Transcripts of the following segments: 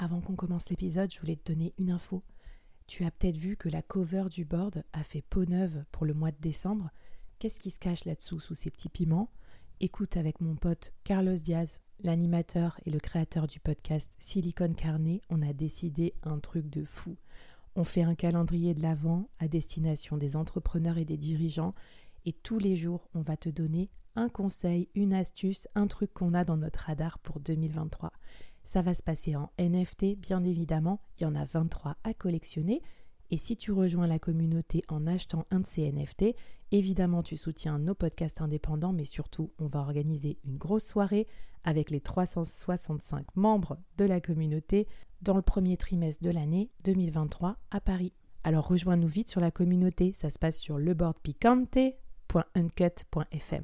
Avant qu'on commence l'épisode, je voulais te donner une info. Tu as peut-être vu que la cover du board a fait peau neuve pour le mois de décembre. Qu'est-ce qui se cache là-dessous, sous ces petits piments ? Écoute avec mon pote Carlos Diaz, l'animateur et le créateur du podcast Silicon Carnet, on a décidé un truc de fou. On fait un calendrier de l'Avent à destination des entrepreneurs et des dirigeants et tous les jours, on va te donner un conseil, une astuce, un truc qu'on a dans notre radar pour 2023. Ça va se passer en NFT, bien évidemment, il y en a 23 à collectionner. Et si tu rejoins la communauté en achetant un de ces NFT, évidemment tu soutiens nos podcasts indépendants, mais surtout on va organiser une grosse soirée avec les 365 membres de la communauté dans le premier trimestre de l'année 2023 à Paris. Alors rejoins-nous vite sur la communauté, ça se passe sur leboardpicante.uncut.fm.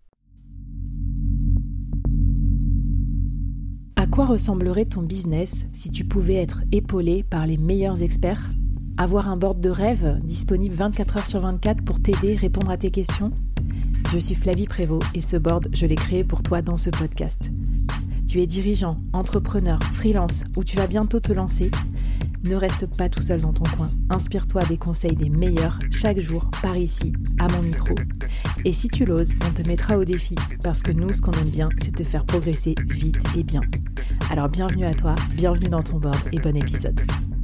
À quoi ressemblerait ton business si tu pouvais être épaulé par les meilleurs experts ? Avoir un board de rêve disponible 24 heures sur 24 pour t'aider, répondre à tes questions ? Je suis Flavie Prévost et ce board, je l'ai créé pour toi dans ce podcast. Tu es dirigeant, entrepreneur, freelance ou tu vas bientôt te lancer ? Ne reste pas tout seul dans ton coin. Inspire-toi des conseils des meilleurs chaque jour par ici, à mon micro. Et si tu l'oses, on te mettra au défi parce que nous, ce qu'on aime bien, c'est te faire progresser vite et bien. Alors bienvenue à toi, bienvenue dans ton board et bon épisode.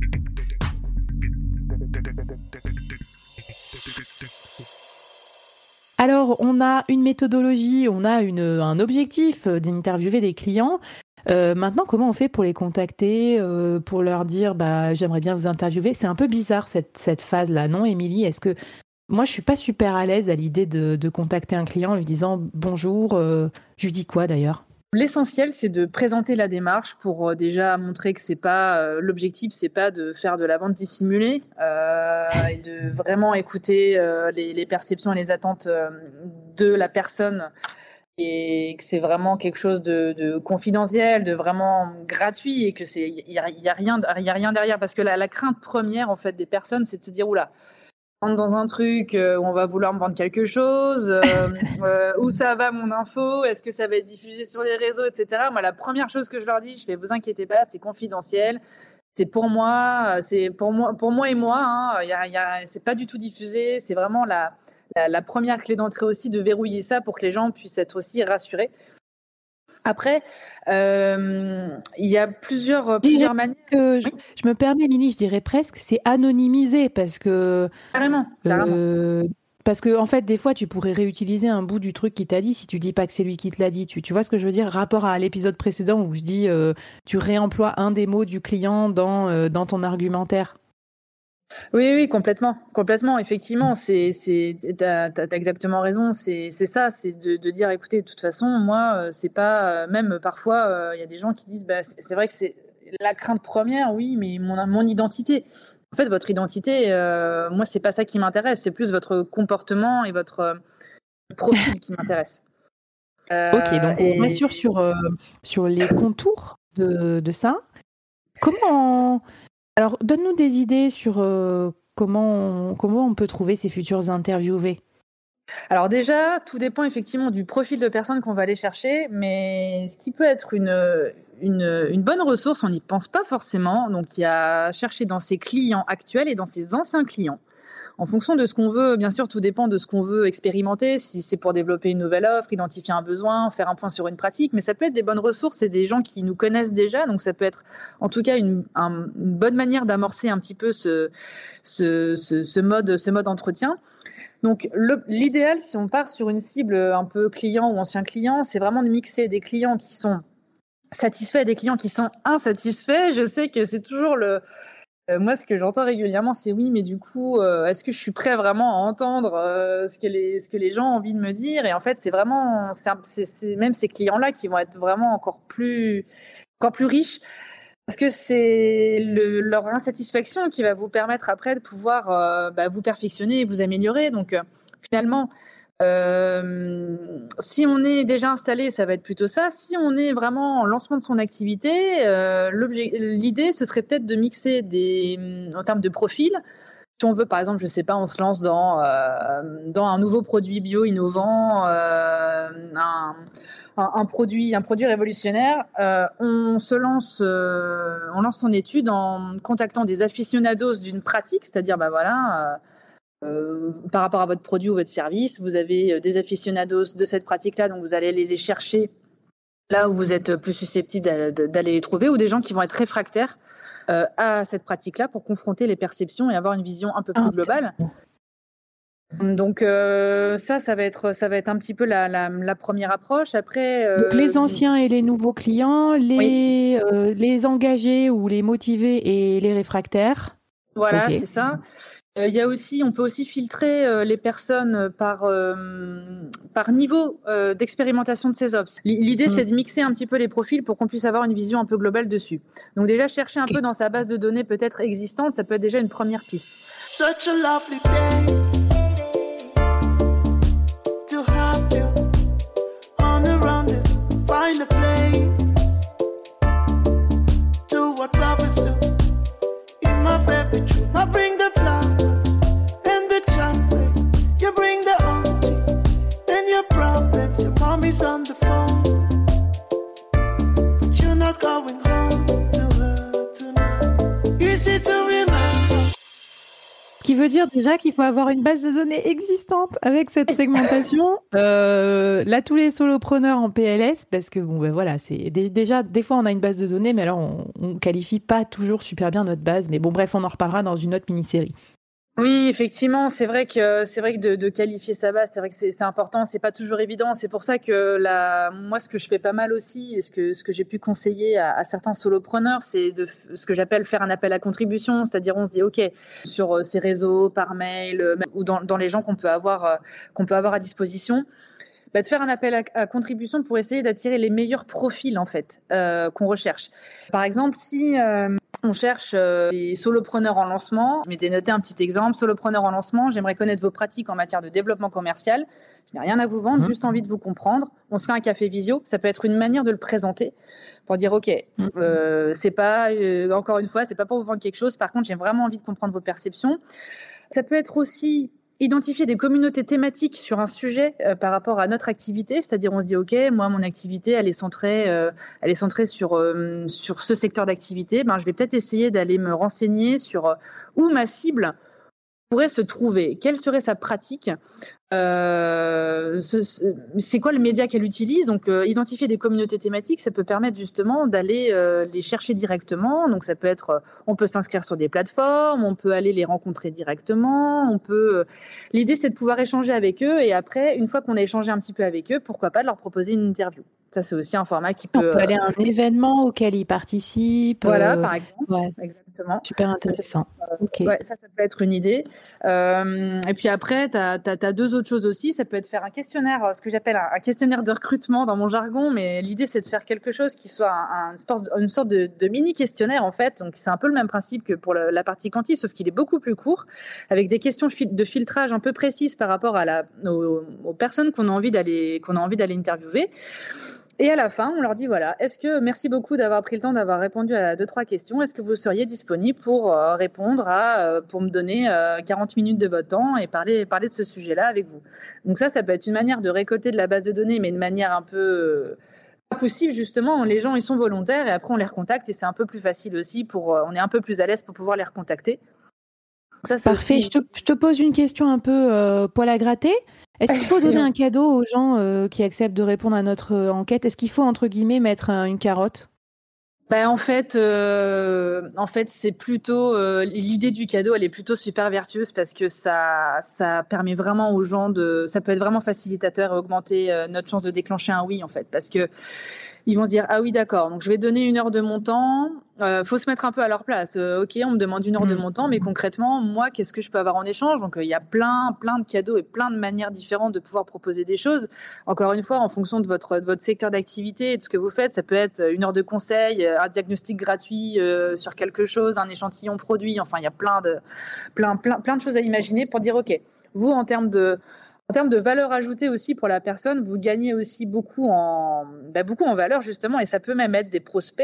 Alors, on a une méthodologie, on a un objectif d'interviewer des clients. Maintenant, comment on fait pour les contacter, pour leur dire j'aimerais bien vous interviewer ? C'est un peu bizarre cette phase-là, non, Émilie ? Est-ce que moi, je suis pas super à l'aise à l'idée de contacter un client en lui disant bonjour. Je lui dis quoi d'ailleurs ? L'essentiel, c'est de présenter la démarche pour déjà montrer que c'est pas l'objectif, c'est pas de faire de la vente dissimulée et de vraiment écouter les perceptions et les attentes de la personne et que c'est vraiment quelque chose de confidentiel, de vraiment gratuit et que il y a rien derrière parce que la crainte première en fait des personnes, c'est de se dire oula. Dans un truc où on va vouloir me vendre quelque chose, où ça va mon info, est-ce que ça va être diffusé sur les réseaux, etc. Moi, la première chose que je leur dis, je fais vous inquiétez pas, c'est confidentiel, c'est pour moi et moi, hein, c'est pas du tout diffusé, c'est vraiment la première clé d'entrée aussi de verrouiller ça pour que les gens puissent être aussi rassurés. Après, il y a plusieurs manières. Je me permets, Émilie, je dirais presque, c'est anonymisé parce que... Carrément. Parce que, en fait, des fois, tu pourrais réutiliser un bout du truc qu'il t'a dit si tu dis pas que c'est lui qui te l'a dit. Tu vois ce que je veux dire ? Rapport à l'épisode précédent où je dis tu réemploies un des mots du client dans ton argumentaire. Oui, complètement. Effectivement, t'as exactement raison. C'est ça, c'est de dire, écoutez, de toute façon, moi, c'est pas même parfois, il y a des gens qui disent, c'est vrai que c'est la crainte première, oui, mais mon identité. En fait, votre identité, moi, c'est pas ça qui m'intéresse. C'est plus votre comportement et votre profil qui m'intéresse. Ok, donc on rassure sur les contours de ça. Comment... Alors, donne-nous des idées sur comment on peut trouver ces futurs interviewés. Alors déjà, tout dépend effectivement du profil de personne qu'on va aller chercher, mais ce qui peut être une bonne ressource, on n'y pense pas forcément. Donc, il y a chercher dans ses clients actuels et dans ses anciens clients. En fonction de ce qu'on veut, bien sûr, tout dépend de ce qu'on veut expérimenter, si c'est pour développer une nouvelle offre, identifier un besoin, faire un point sur une pratique, mais ça peut être des bonnes ressources et des gens qui nous connaissent déjà, donc ça peut être en tout cas une bonne manière d'amorcer un petit peu ce mode entretien. Donc l'idéal, si on part sur une cible un peu client ou ancien client, c'est vraiment de mixer des clients qui sont satisfaits et des clients qui sont insatisfaits. Je sais que c'est toujours moi, ce que j'entends régulièrement, c'est oui, mais du coup, est-ce que je suis prêt vraiment à entendre ce que les gens ont envie de me dire ? Et en fait, c'est vraiment, c'est même ces clients-là qui vont être vraiment encore plus riches, parce que c'est leur insatisfaction qui va vous permettre après de pouvoir vous perfectionner et vous améliorer. Donc, finalement, si on est déjà installé, ça va être plutôt ça. Si on est vraiment en lancement de son activité, l'idée, ce serait peut-être de mixer en termes de profil, Si on veut, par exemple, je sais pas, on se lance dans un nouveau produit bio innovant, un produit révolutionnaire, on lance son étude en contactant des aficionados d'une pratique, c'est-à-dire, par rapport à votre produit ou votre service, vous avez des aficionados de cette pratique-là, donc vous allez aller les chercher là où vous êtes plus susceptible d'aller les trouver, ou des gens qui vont être réfractaires à cette pratique-là pour confronter les perceptions et avoir une vision un peu plus globale. Donc ça va être un petit peu la première approche. Après, donc les anciens et les nouveaux clients, les engagés ou les motivés et les réfractaires. Voilà, okay. C'est ça. On peut aussi filtrer les personnes par niveau d'expérimentation de ces offres. L'idée, c'est de mixer un petit peu les profils pour qu'on puisse avoir une vision un peu globale dessus. Donc déjà, chercher un peu dans sa base de données peut-être existante, ça peut être déjà une première piste. Such a lovely day to have you on around it, find a place to what lovers do. In my favorite tree, I bring the flowers. You bring the OG and your problems. Your mommy's on the phone, but you're not going home to her tonight. Easy to remember. Ce qui veut dire déjà qu'il faut avoir une base de données existante avec cette segmentation. Là, tous les solopreneurs en PLS, parce que c'est déjà des fois on a une base de données, mais alors on qualifie pas toujours super bien notre base. Mais bon, bref, on en reparlera dans une autre mini-série. Oui, effectivement, c'est vrai que de qualifier sa base, c'est vrai que c'est important, c'est pas toujours évident. C'est pour ça que moi, ce que je fais pas mal aussi, et ce que j'ai pu conseiller à certains solopreneurs, c'est de ce que j'appelle faire un appel à contribution, c'est-à-dire on se dit ok, sur ces réseaux, par mail, ou dans les gens qu'on peut avoir à disposition. De faire un appel à contribution pour essayer d'attirer les meilleurs profils en fait qu'on recherche. Par exemple, si on cherche des solopreneurs en lancement, je m'étais noté un petit exemple, solopreneurs en lancement, j'aimerais connaître vos pratiques en matière de développement commercial. Je n'ai rien à vous vendre, juste envie de vous comprendre. On se fait un café visio, ça peut être une manière de le présenter pour dire ok, c'est pas encore une fois, c'est pas pour vous vendre quelque chose. Par contre, j'ai vraiment envie de comprendre vos perceptions. Ça peut être aussi identifier des communautés thématiques sur un sujet par rapport à notre activité, c'est-à-dire on se dit ok, moi mon activité elle est centrée sur ce secteur d'activité, je vais peut-être essayer d'aller me renseigner sur où ma cible pourrait se trouver, quelle serait sa pratique, c'est quoi le média qu'elle utilise. Donc identifier des communautés thématiques, ça peut permettre justement d'aller les chercher directement. Donc ça peut être, on peut s'inscrire sur des plateformes, on peut aller les rencontrer directement, l'idée c'est de pouvoir échanger avec eux, et après une fois qu'on a échangé un petit peu avec eux, pourquoi pas de leur proposer une interview. Ça, c'est aussi un format qui peut... On peut aller à un événement auquel ils participent. Voilà, par exemple. Ouais. Exactement. Super intéressant. Okay. Ouais, ça peut être une idée. Et puis après, tu as deux autres choses aussi. Ça peut être faire un questionnaire, ce que j'appelle un questionnaire de recrutement dans mon jargon, mais l'idée, c'est de faire quelque chose qui soit une sorte de mini-questionnaire, en fait. Donc, c'est un peu le même principe que pour la partie quanti, sauf qu'il est beaucoup plus court, avec des questions de filtrage un peu précises par rapport aux personnes qu'on a envie d'aller interviewer. Et à la fin, on leur dit voilà, merci beaucoup d'avoir pris le temps d'avoir répondu à 2-3 questions. Est-ce que vous seriez disponible pour répondre pour me donner 40 minutes de votre temps et parler de ce sujet-là avec vous. Donc ça peut être une manière de récolter de la base de données, mais de manière un peu poussive justement. Les gens ils sont volontaires et après on les recontacte et c'est un peu plus facile aussi on est un peu plus à l'aise pour pouvoir les recontacter. Ça, parfait. Aussi... Je te pose une question un peu poil à gratter. Est-ce qu'il faut donner un cadeau aux gens qui acceptent de répondre à notre enquête ? Est-ce qu'il faut, entre guillemets, mettre une carotte ? En fait, c'est plutôt l'idée du cadeau, elle est plutôt super vertueuse parce que ça permet vraiment aux gens ça peut être vraiment facilitateur et augmenter notre chance de déclencher un oui en fait, parce que ils vont se dire ah oui d'accord, donc je vais donner 1 heure de mon temps. Faut se mettre un peu à leur place. Ok, on me demande 1 heure de mon temps, mais concrètement, moi, qu'est-ce que je peux avoir en échange ? Donc, il y a plein de cadeaux et plein de manières différentes de pouvoir proposer des choses. Encore une fois, en fonction de votre secteur d'activité et de ce que vous faites, ça peut être 1 heure de conseil, un diagnostic gratuit sur quelque chose, un échantillon produit. Enfin, il y a plein de choses à imaginer pour dire ok, vous en termes de valeur ajoutée aussi pour la personne, vous gagnez aussi beaucoup en valeur justement, et ça peut même être des prospects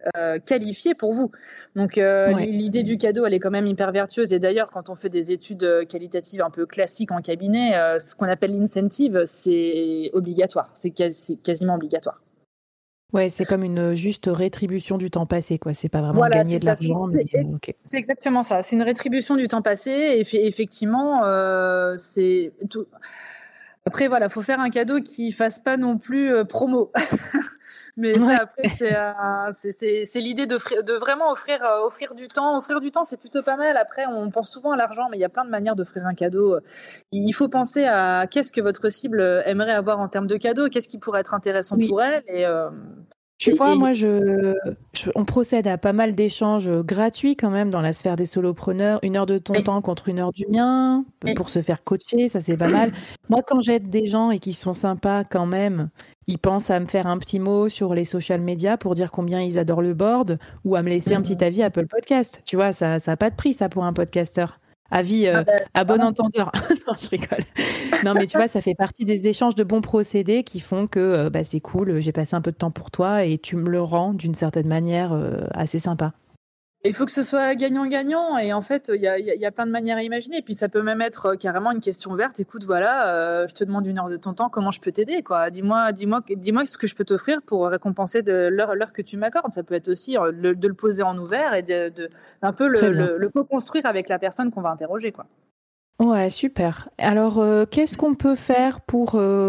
qualifié pour vous. Donc l'idée du cadeau, elle est quand même hyper vertueuse. Et d'ailleurs, quand on fait des études qualitatives un peu classiques en cabinet, ce qu'on appelle l'incentive, c'est obligatoire. C'est quasiment obligatoire. Ouais, c'est comme une juste rétribution du temps passé, quoi. C'est pas vraiment gagner de l'argent. C'est exactement ça. C'est une rétribution du temps passé. Et effectivement, c'est tout. Après, voilà, faut faire un cadeau qui fasse pas non plus promo. Mais ça, après, c'est l'idée de vraiment offrir du temps. Offrir du temps, c'est plutôt pas mal. Après, on pense souvent à l'argent, mais il y a plein de manières d'offrir un cadeau. Il faut penser à qu'est-ce que votre cible aimerait avoir en termes de cadeau, qu'est-ce qui pourrait être intéressant pour elle. Tu vois, moi, on procède à pas mal d'échanges gratuits quand même dans la sphère des solopreneurs. 1 heure de ton temps contre 1 heure du mien pour se faire coacher, ça c'est pas mal. Moi, quand j'aide des gens et qu'ils sont sympas quand même, ils pensent à me faire un petit mot sur les social media pour dire combien ils adorent le board ou à me laisser un petit avis Apple Podcast. Tu vois, ça n'a pas de prix ça pour un podcasteur. Avis à bon entendeur. Non, je rigole. Non, mais tu vois, ça fait partie des échanges de bons procédés qui font que c'est cool, j'ai passé un peu de temps pour toi et tu me le rends d'une certaine manière assez sympa. Il faut que ce soit gagnant-gagnant et en fait, il y a plein de manières à imaginer. Et puis, ça peut même être carrément une question verte. Écoute, voilà, je te demande 1 heure de ton temps, comment je peux t'aider, quoi. Dis-moi ce que je peux t'offrir pour récompenser de l'heure que tu m'accordes. Ça peut être aussi de le poser en ouvert et d'un peu le co-construire avec la personne qu'on va interroger, quoi. Ouais, super. Alors, qu'est-ce qu'on peut faire pour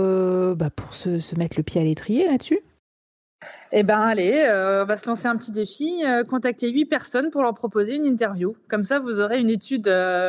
se mettre le pied à l'étrier là-dessus ? Eh ben allez, on va se lancer un petit défi, contacter 8 personnes pour leur proposer une interview. Comme ça, vous aurez une étude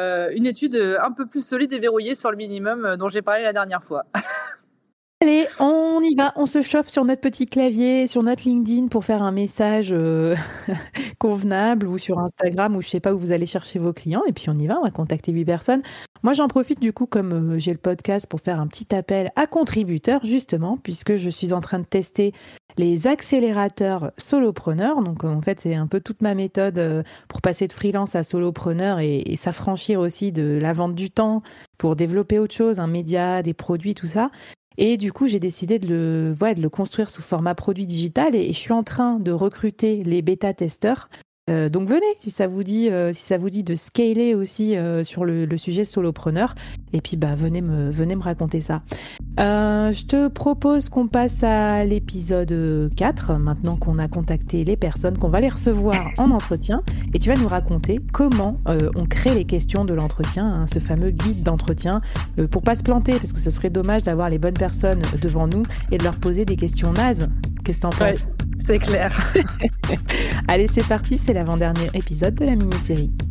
un peu plus solide et verrouillée sur le minimum dont j'ai parlé la dernière fois. Allez, on y va, on se chauffe sur notre petit clavier, sur notre LinkedIn pour faire un message convenable ou sur Instagram ou je sais pas où vous allez chercher vos clients et puis on y va, on va contacter 8 personnes. Moi, j'en profite du coup comme j'ai le podcast pour faire un petit appel à contributeurs justement puisque je suis en train de tester les accélérateurs solopreneurs. Donc en fait, c'est un peu toute ma méthode pour passer de freelance à solopreneur et s'affranchir aussi de la vente du temps pour développer autre chose, un média, des produits, tout ça. Et du coup, j'ai décidé de le construire sous format produit digital et je suis en train de recruter les bêta-testeurs. Donc venez, si ça vous dit de scaler aussi sur le sujet solopreneur. Et puis venez me raconter ça. Je te propose qu'on passe à l'épisode 4, maintenant qu'on a contacté les personnes, qu'on va les recevoir en entretien. Et tu vas nous raconter comment on crée les questions de l'entretien, ce fameux guide d'entretien, pour pas se planter, parce que ce serait dommage d'avoir les bonnes personnes devant nous et de leur poser des questions nazes. Qu'est-ce que t'en penses ? C'est clair. Allez, c'est parti, c'est l'avant-dernier épisode de la mini-série.